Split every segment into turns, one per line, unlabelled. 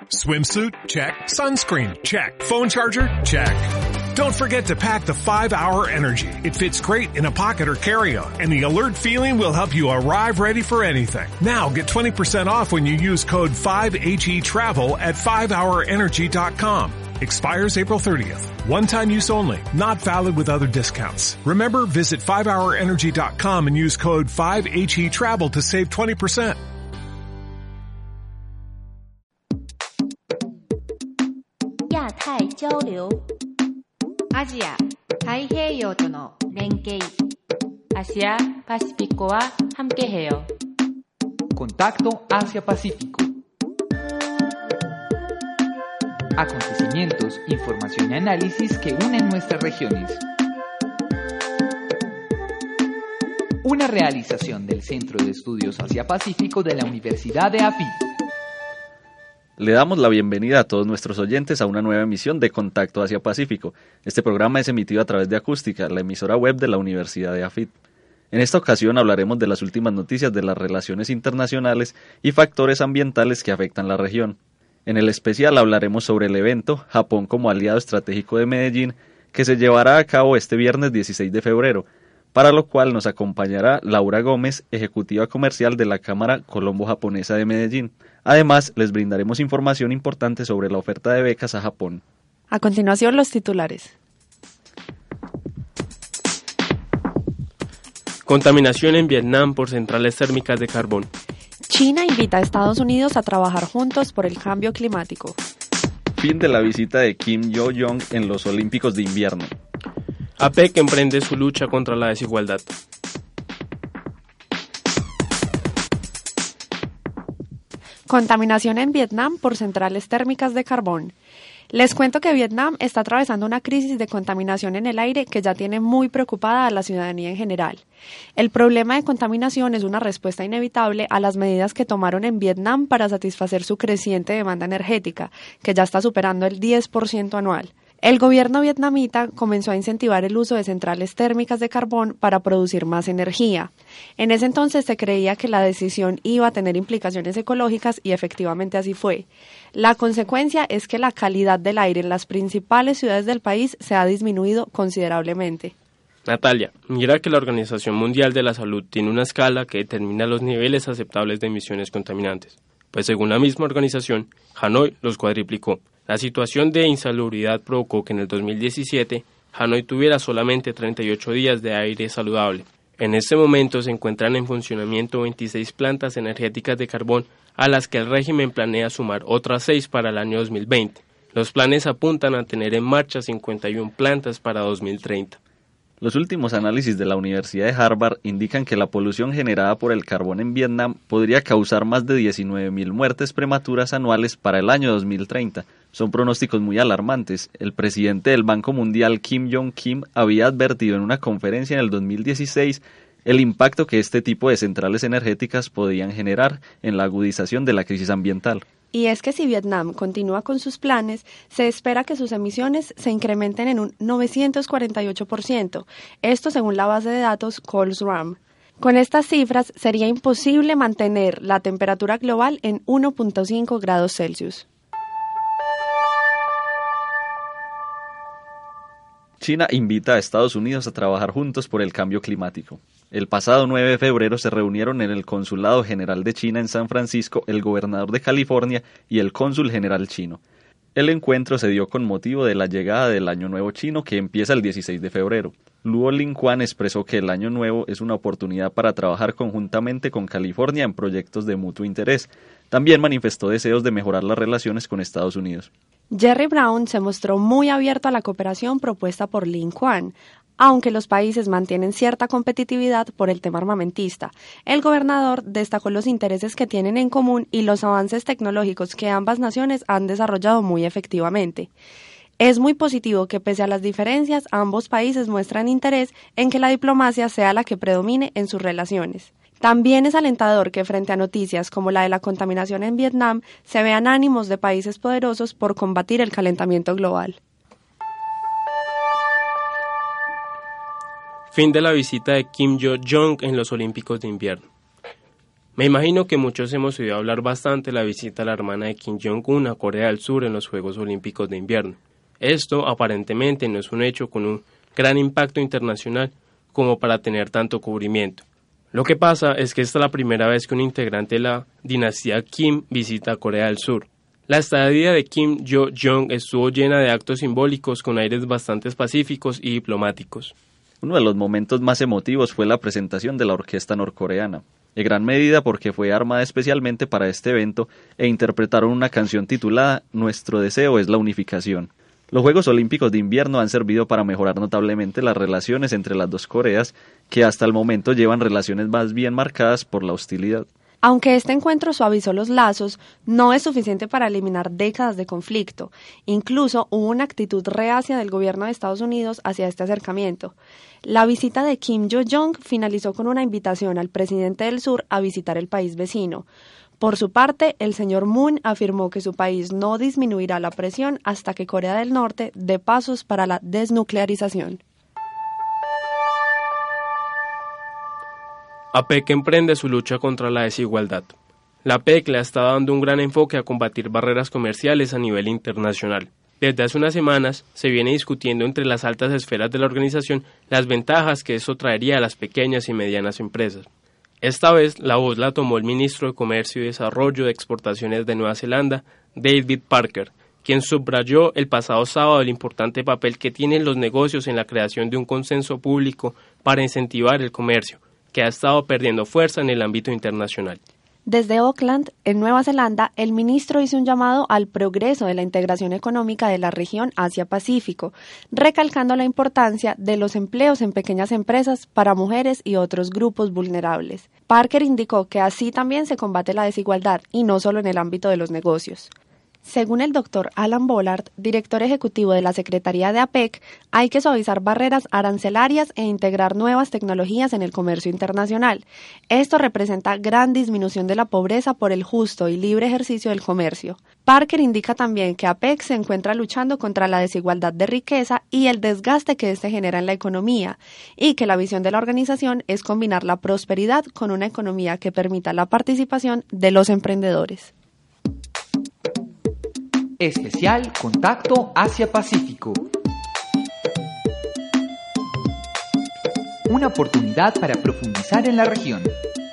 Swimsuit? Check. Sunscreen? Check. Phone charger? Check. Don't forget to pack the 5-Hour Energy. It fits great in a pocket or carry-on, and the alert feeling will help you arrive ready for anything. Now get 20% off when you use code 5HETRAVEL at 5hourenergy.com. Expires April 30th. One-time use only. Not valid with other discounts. Remember, visit 5hourenergy.com and use code 5HETRAVEL to save 20%.
Asia-太交流 アジア太平洋との連携 아시아 파시피코와 함께해요.
Contacto Asia-Pacífico. Acontecimientos, información y análisis que unen nuestras regiones. Una realización del Centro de Estudios Asia-Pacífico de la Universidad de AFIT.
Le damos la bienvenida a todos nuestros oyentes a una nueva emisión de Contacto Asia-Pacífico. Este programa es emitido a través de Acústica, la emisora web de la Universidad de AFIT. En esta ocasión hablaremos de las últimas noticias de las relaciones internacionales y factores ambientales que afectan la región. En el especial hablaremos sobre el evento Japón como aliado estratégico de Medellín, que se llevará a cabo este viernes 16 de febrero, para lo cual nos acompañará Laura Gómez, ejecutiva comercial de la Cámara Colombo-Japonesa de Medellín. Además, les brindaremos información importante sobre la oferta de becas a Japón.
A continuación, los titulares.
Contaminación en Vietnam por centrales térmicas de carbón.
China invita a Estados Unidos a trabajar juntos por el cambio climático.
Fin de la visita de Kim Yo-jong en los Olímpicos de Invierno.
APEC emprende su lucha contra la desigualdad.
Contaminación en Vietnam por centrales térmicas de carbón. Les cuento que Vietnam está atravesando una crisis de contaminación en el aire que ya tiene muy preocupada a la ciudadanía en general. El problema de contaminación es una respuesta inevitable a las medidas que tomaron en Vietnam para satisfacer su creciente demanda energética, que ya está superando el 10% anual. El gobierno vietnamita comenzó a incentivar el uso de centrales térmicas de carbón para producir más energía. En ese entonces se creía que la decisión iba a tener implicaciones ecológicas y efectivamente así fue. La consecuencia es que la calidad del aire en las principales ciudades del país se ha disminuido considerablemente.
Natalia, mira que la Organización Mundial de la Salud tiene una escala que determina los niveles aceptables de emisiones contaminantes. Pues según la misma organización, Hanoi los cuadriplicó. La situación de insalubridad provocó que en el 2017 Hanoi tuviera solamente 38 días de aire saludable. En este momento se encuentran en funcionamiento 26 plantas energéticas de carbón, a las que el régimen planea sumar otras 6 para el año 2020. Los planes apuntan a tener en marcha 51 plantas para 2030.
Los últimos análisis de la Universidad de Harvard indican que la polución generada por el carbón en Vietnam podría causar más de 19.000 muertes prematuras anuales para el año 2030. Son pronósticos muy alarmantes. El presidente del Banco Mundial, Kim Jong-kim, había advertido en una conferencia en el 2016 el impacto que este tipo de centrales energéticas podían generar en la agudización de la crisis ambiental.
Y es que si Vietnam continúa con sus planes, se espera que sus emisiones se incrementen en un 948%, esto según la base de datos Coles-RAM. Con estas cifras sería imposible mantener la temperatura global en 1.5 grados Celsius.
China invita a Estados Unidos a trabajar juntos por el cambio climático. El pasado 9 de febrero se reunieron en el Consulado General de China en San Francisco el gobernador de California y el cónsul general chino. El encuentro se dio con motivo de la llegada del Año Nuevo chino, que empieza el 16 de febrero. Luo Lingquan expresó que el Año Nuevo es una oportunidad para trabajar conjuntamente con California en proyectos de mutuo interés. También manifestó deseos de mejorar las relaciones con Estados Unidos.
Jerry Brown se mostró muy abierto a la cooperación propuesta por Lingquan, aunque los países mantienen cierta competitividad por el tema armamentista. El gobernador destacó los intereses que tienen en común y los avances tecnológicos que ambas naciones han desarrollado muy efectivamente. Es muy positivo que pese a las diferencias, ambos países muestran interés en que la diplomacia sea la que predomine en sus relaciones. También es alentador que frente a noticias como la de la contaminación en Vietnam se vean ánimos de países poderosos por combatir el calentamiento global.
Fin de la visita de Kim Yo-jong en los Olímpicos de Invierno. Me imagino que muchos hemos oído hablar bastante de la visita a la hermana de Kim Jong-un a Corea del Sur en los Juegos Olímpicos de Invierno. Esto aparentemente no es un hecho con un gran impacto internacional como para tener tanto cubrimiento. Lo que pasa es que esta es la primera vez que un integrante de la dinastía Kim visita Corea del Sur. La estadía de Kim Yo-jong estuvo llena de actos simbólicos con aires bastante pacíficos y diplomáticos.
Uno de los momentos más emotivos fue la presentación de la orquesta norcoreana, en gran medida porque fue armada especialmente para este evento e interpretaron una canción titulada Nuestro deseo es la unificación. Los Juegos Olímpicos de Invierno han servido para mejorar notablemente las relaciones entre las dos Coreas, que hasta el momento llevan relaciones más bien marcadas por la hostilidad.
Aunque este encuentro suavizó los lazos, no es suficiente para eliminar décadas de conflicto. Incluso hubo una actitud reacia del gobierno de Estados Unidos hacia este acercamiento. La visita de Kim Yo-jong finalizó con una invitación al presidente del sur a visitar el país vecino. Por su parte, el señor Moon afirmó que su país no disminuirá la presión hasta que Corea del Norte dé pasos para la desnuclearización.
APEC emprende su lucha contra la desigualdad. La APEC le está dando un gran enfoque a combatir barreras comerciales a nivel internacional. Desde hace unas semanas se viene discutiendo entre las altas esferas de la organización las ventajas que eso traería a las pequeñas y medianas empresas. Esta vez la voz la tomó el ministro de Comercio y Desarrollo de Exportaciones de Nueva Zelanda, David Parker, quien subrayó el pasado sábado el importante papel que tienen los negocios en la creación de un consenso público para incentivar el comercio, que ha estado perdiendo fuerza en el ámbito internacional.
Desde Auckland, en Nueva Zelanda, el ministro hizo un llamado al progreso de la integración económica de la región Asia-Pacífico, recalcando la importancia de los empleos en pequeñas empresas para mujeres y otros grupos vulnerables. Parker indicó que así también se combate la desigualdad y no solo en el ámbito de los negocios. Según el doctor Alan Bollard, director ejecutivo de la Secretaría de APEC, hay que suavizar barreras arancelarias e integrar nuevas tecnologías en el comercio internacional. Esto representa gran disminución de la pobreza por el justo y libre ejercicio del comercio. Parker indica también que APEC se encuentra luchando contra la desigualdad de riqueza y el desgaste que éste genera en la economía, y que la visión de la organización es combinar la prosperidad con una economía que permita la participación de los emprendedores.
Especial Contacto Asia-Pacífico. Una oportunidad para profundizar en la región.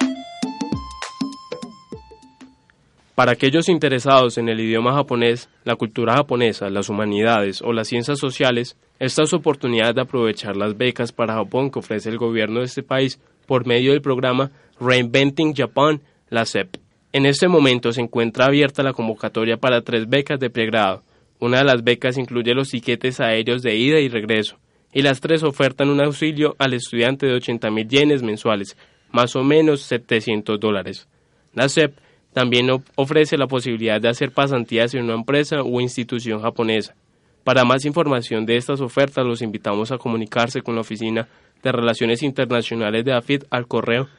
Para aquellos interesados en el idioma japonés, la cultura japonesa, las humanidades o las ciencias sociales, esta es oportunidad de aprovechar las becas para Japón que ofrece el gobierno de este país por medio del programa Reinventing Japan, la CEP. En este momento se encuentra abierta la convocatoria para 3 becas de pregrado. Una de las becas incluye los tiquetes aéreos de ida y regreso, y las 3 ofertan un auxilio al estudiante de 80.000 yenes mensuales, más o menos $700. La CEP también ofrece la posibilidad de hacer pasantías en una empresa o institución japonesa. Para más información de estas ofertas, los invitamos a comunicarse con la Oficina de Relaciones Internacionales de AFIT al correo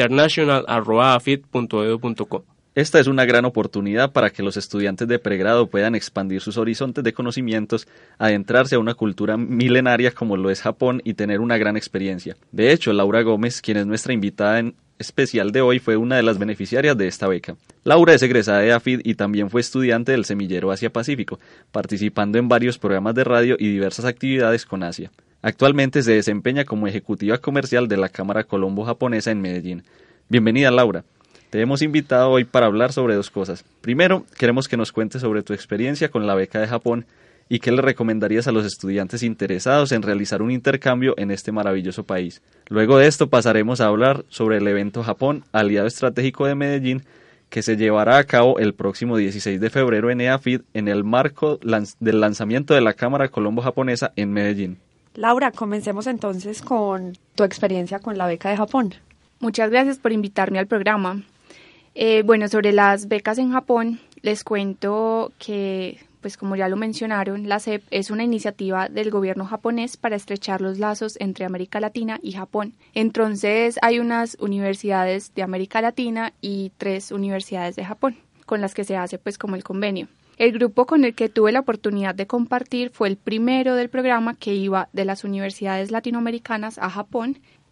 international@afit.edu.co.
Esta es una gran oportunidad para que los estudiantes de pregrado puedan expandir sus horizontes de conocimientos, adentrarse a una cultura milenaria como lo es Japón y tener una gran experiencia. De hecho, Laura Gómez, quien es nuestra invitada en especial de hoy, fue una de las beneficiarias de esta beca. Laura es egresada de AFID y también fue estudiante del Semillero Asia-Pacífico, participando en varios programas de radio y diversas actividades con Asia. Actualmente se desempeña como ejecutiva comercial de la Cámara Colombo-Japonesa en Medellín. Bienvenida, Laura. Te hemos invitado hoy para hablar sobre 2 cosas. Primero, queremos que nos cuentes sobre tu experiencia con la beca de Japón y qué le recomendarías a los estudiantes interesados en realizar un intercambio en este maravilloso país. Luego de esto pasaremos a hablar sobre el evento Japón, aliado estratégico de Medellín, que se llevará a cabo el próximo 16 de febrero en EAFID en el marco del lanzamiento de la Cámara Colombo-Japonesa en Medellín.
Laura, comencemos entonces con tu experiencia con la beca de Japón.
Muchas gracias por invitarme al programa. Sobre las becas en Japón, les cuento que, pues como ya lo mencionaron, la CEP es una iniciativa del gobierno japonés para estrechar los lazos entre América Latina y Japón. Entonces hay unas universidades de América Latina y 3 universidades de Japón, con las que se hace pues como el convenio. El grupo con el que tuve la oportunidad de compartir fue el primero del programa que iba de las universidades latinoamericanas a Japón,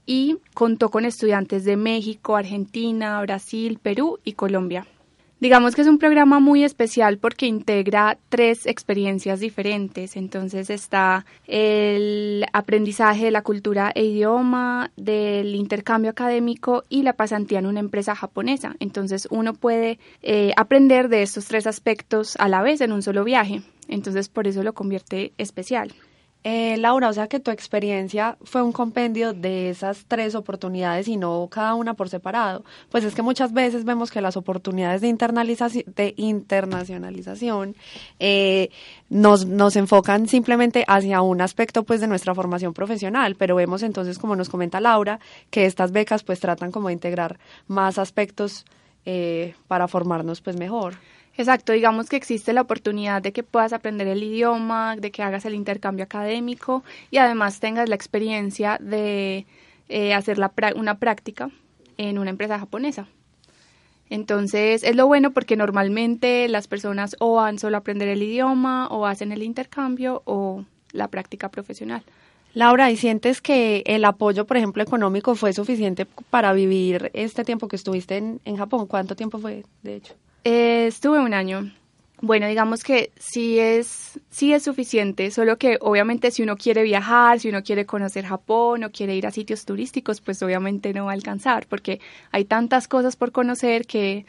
y contó con estudiantes de México, Argentina, Brasil, Perú y Colombia. Digamos que es un programa muy especial porque integra 3 experiencias diferentes. Entonces está el aprendizaje de la cultura e idioma, del intercambio académico y la pasantía en una empresa japonesa. Entonces uno puede aprender de estos 3 aspectos a la vez en un solo viaje. Entonces por eso lo convierte especial.
Laura, o sea que tu experiencia fue un compendio de esas 3 oportunidades y no cada una por separado. Pues es que muchas veces vemos que las oportunidades de internacionalización nos enfocan simplemente hacia un aspecto pues de nuestra formación profesional, pero vemos entonces, como nos comenta Laura, que estas becas pues tratan como de integrar más aspectos para formarnos pues mejor.
Exacto, digamos que existe la oportunidad de que puedas aprender el idioma, de que hagas el intercambio académico y además tengas la experiencia de hacer una práctica en una empresa japonesa. Entonces es lo bueno porque normalmente las personas o van solo a aprender el idioma o hacen el intercambio o la práctica profesional.
Laura, ¿y sientes que el apoyo, por ejemplo, económico fue suficiente para vivir este tiempo que estuviste en Japón? ¿Cuánto tiempo fue, de hecho?
Estuve 1 año. Bueno, digamos que sí es suficiente, solo que obviamente si uno quiere viajar, si uno quiere conocer Japón o quiere ir a sitios turísticos, pues obviamente no va a alcanzar, porque hay tantas cosas por conocer que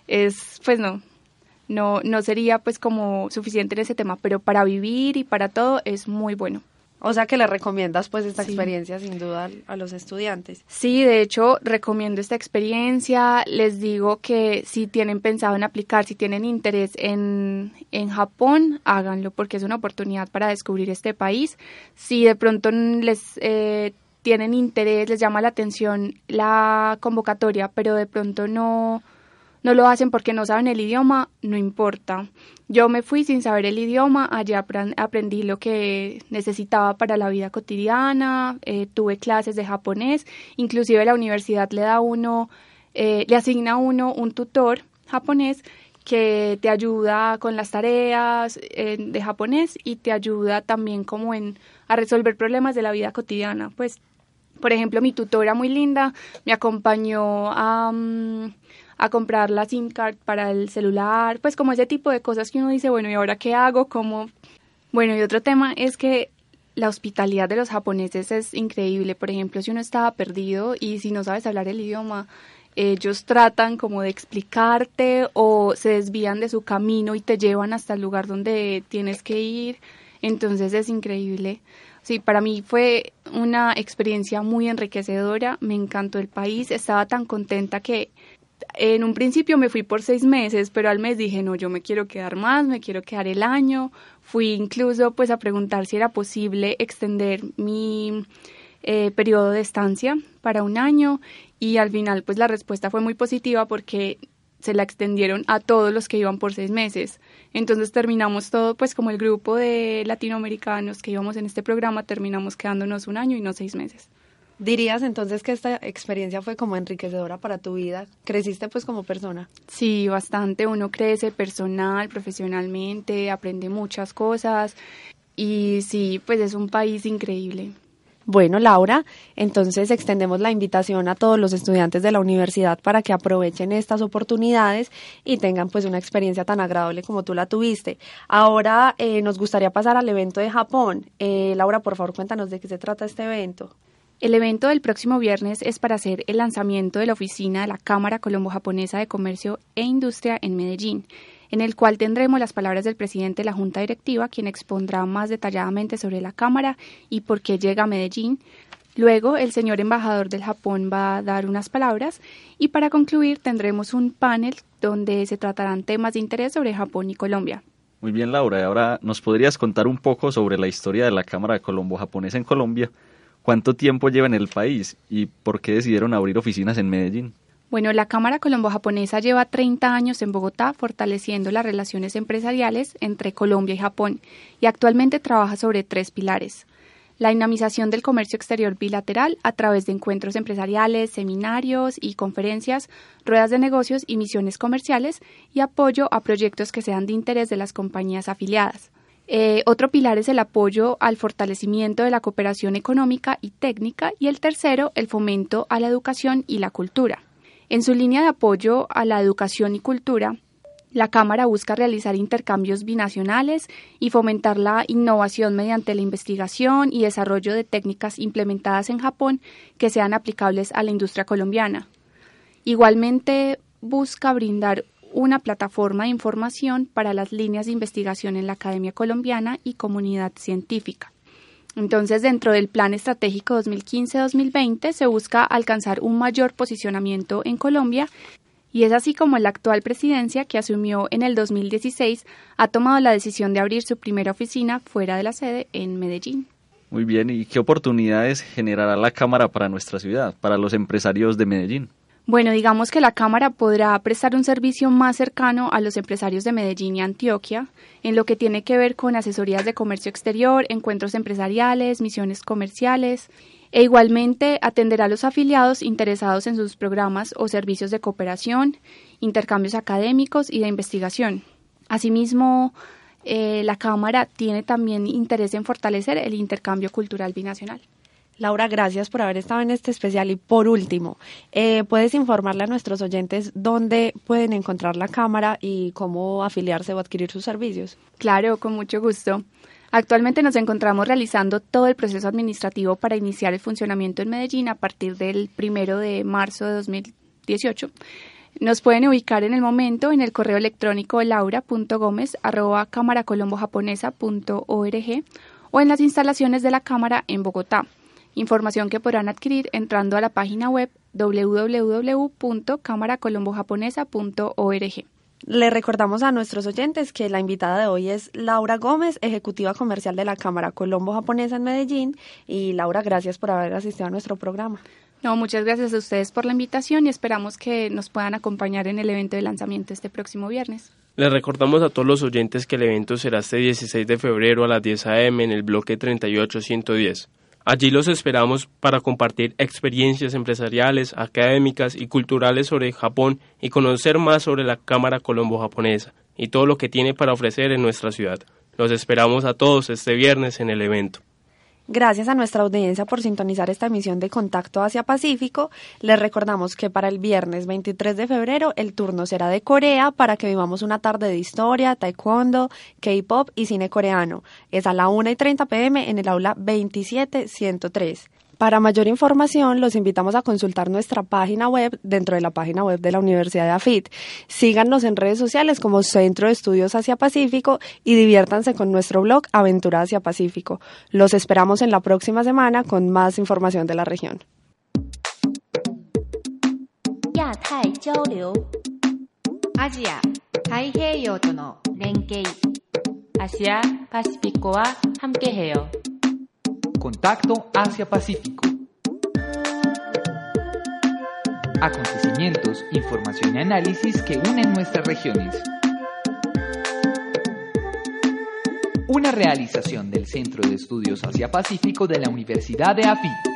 no sería pues como suficiente en ese tema, pero para vivir y para todo es muy bueno.
O sea que le recomiendas pues esta experiencia sin duda a los estudiantes.
Sí, de hecho recomiendo esta experiencia. Les digo que si tienen pensado en aplicar, si tienen interés en Japón, háganlo porque es una oportunidad para descubrir este país. Si de pronto les tienen interés, les llama la atención la convocatoria, pero de pronto no lo hacen porque no saben el idioma, no importa. Yo me fui sin saber el idioma, allá aprendí lo que necesitaba para la vida cotidiana, tuve clases de japonés, inclusive la universidad le asigna a uno un tutor japonés que te ayuda con las tareas de japonés y te ayuda también como a resolver problemas de la vida cotidiana. Pues, por ejemplo, mi tutora muy linda me acompañó a comprar la SIM card para el celular, pues como ese tipo de cosas que uno dice, bueno, ¿y ahora qué hago? ¿Cómo? Bueno, y otro tema es que la hospitalidad de los japoneses es increíble. Por ejemplo, si uno estaba perdido y si no sabes hablar el idioma, ellos tratan como de explicarte o se desvían de su camino y te llevan hasta el lugar donde tienes que ir. Entonces es increíble. Sí, para mí fue una experiencia muy enriquecedora, me encantó el país, estaba tan contenta que en un principio me fui por 6 meses, pero al mes dije, no, yo me quiero quedar más, me quiero quedar el año. Fui incluso pues a preguntar si era posible extender mi periodo de estancia para 1 año y al final pues la respuesta fue muy positiva porque se la extendieron a todos los que iban por 6 meses. Entonces terminamos todo, pues como el grupo de latinoamericanos que íbamos en este programa, terminamos quedándonos 1 año y no 6 meses.
¿Dirías entonces que esta experiencia fue como enriquecedora para tu vida? ¿Creciste pues como persona?
Sí, bastante. Uno crece personal, profesionalmente, aprende muchas cosas y sí, pues es un país increíble.
Bueno, Laura, entonces extendemos la invitación a todos los estudiantes de la universidad para que aprovechen estas oportunidades y tengan pues una experiencia tan agradable como tú la tuviste. Ahora nos gustaría pasar al evento de Japón. Laura, por favor, cuéntanos de qué se trata este evento.
El evento del próximo viernes es para hacer el lanzamiento de la oficina de la Cámara Colombo-Japonesa de Comercio e Industria en Medellín, en el cual tendremos las palabras del presidente de la Junta Directiva, quien expondrá más detalladamente sobre la Cámara y por qué llega a Medellín. Luego, el señor embajador del Japón va a dar unas palabras y para concluir tendremos un panel donde se tratarán temas de interés sobre Japón y Colombia.
Muy bien, Laura. Y ahora, ¿nos podrías contar un poco sobre la historia de la Cámara Colombo-Japonesa en Colombia? ¿Cuánto tiempo lleva en el país y por qué decidieron abrir oficinas en Medellín?
Bueno, la Cámara Colombo-Japonesa lleva 30 años en Bogotá fortaleciendo las relaciones empresariales entre Colombia y Japón y actualmente trabaja sobre 3 pilares. La dinamización del comercio exterior bilateral a través de encuentros empresariales, seminarios y conferencias, ruedas de negocios y misiones comerciales y apoyo a proyectos que sean de interés de las compañías afiliadas. Otro pilar es el apoyo al fortalecimiento de la cooperación económica y técnica, y el tercero, el fomento a la educación y la cultura. En su línea de apoyo a la educación y cultura, la Cámara busca realizar intercambios binacionales y fomentar la innovación mediante la investigación y desarrollo de técnicas implementadas en Japón que sean aplicables a la industria colombiana. Igualmente, busca brindar una plataforma de información para las líneas de investigación en la Academia Colombiana y comunidad científica. Entonces, dentro del Plan Estratégico 2015-2020 se busca alcanzar un mayor posicionamiento en Colombia, y es así como la actual presidencia, que asumió en el 2016, ha tomado la decisión de abrir su primera oficina fuera de la sede en Medellín.
Muy bien, ¿y qué oportunidades generará la Cámara para nuestra ciudad, para los empresarios de Medellín?
Bueno, digamos que la Cámara podrá prestar un servicio más cercano a los empresarios de Medellín y Antioquia, en lo que tiene que ver con asesorías de comercio exterior, encuentros empresariales, misiones comerciales, e igualmente atenderá a los afiliados interesados en sus programas o servicios de cooperación, intercambios académicos y de investigación. Asimismo, la Cámara tiene también interés en fortalecer el intercambio cultural binacional.
Laura, gracias por haber estado en este especial. Y por último, ¿puedes informarle a nuestros oyentes dónde pueden encontrar la Cámara y cómo afiliarse o adquirir sus servicios?
Claro, con mucho gusto. Actualmente nos encontramos realizando todo el proceso administrativo para iniciar el funcionamiento en Medellín a partir del 1 de marzo de 2018. Nos pueden ubicar en el momento en el correo electrónico laura.gomez@camaracolombojaponesa.org o en las instalaciones de la Cámara en Bogotá. Información que podrán adquirir entrando a la página web www.camaracolombojaponesa.org.
Le recordamos a nuestros oyentes que la invitada de hoy es Laura Gómez, ejecutiva comercial de la Cámara Colombo Japonesa en Medellín. Y Laura, gracias por haber asistido a nuestro programa.
No, muchas gracias a ustedes por la invitación y esperamos que nos puedan acompañar en el evento de lanzamiento este próximo viernes.
Les recordamos a todos los oyentes que el evento será este 16 de febrero a las 10 a.m. en el bloque 38-110. Allí los esperamos para compartir experiencias empresariales, académicas y culturales sobre Japón y conocer más sobre la Cámara Colombo Japonesa y todo lo que tiene para ofrecer en nuestra ciudad. Los esperamos a todos este viernes en el evento.
Gracias a nuestra audiencia por sintonizar esta emisión de Contacto Asia-Pacífico. Les recordamos que para el viernes 23 de febrero el turno será de Corea para que vivamos una tarde de historia, taekwondo, K-pop y cine coreano. Es a la 1:30 p.m. en el aula 27103. Para mayor información, los invitamos a consultar nuestra página web dentro de la página web de la Universidad de AFIT. Síganos en redes sociales como Centro de Estudios Asia-Pacífico y diviértanse con nuestro blog Aventura Asia-Pacífico. Los esperamos en la próxima semana con más información de la región.
Asia, Taiheiyo to no renkei. Asia Pacífico wa 함께해요.
Contacto Asia-Pacífico. Acontecimientos, información y análisis que unen nuestras regiones. Una realización del Centro de Estudios Asia-Pacífico de la Universidad de AFIT.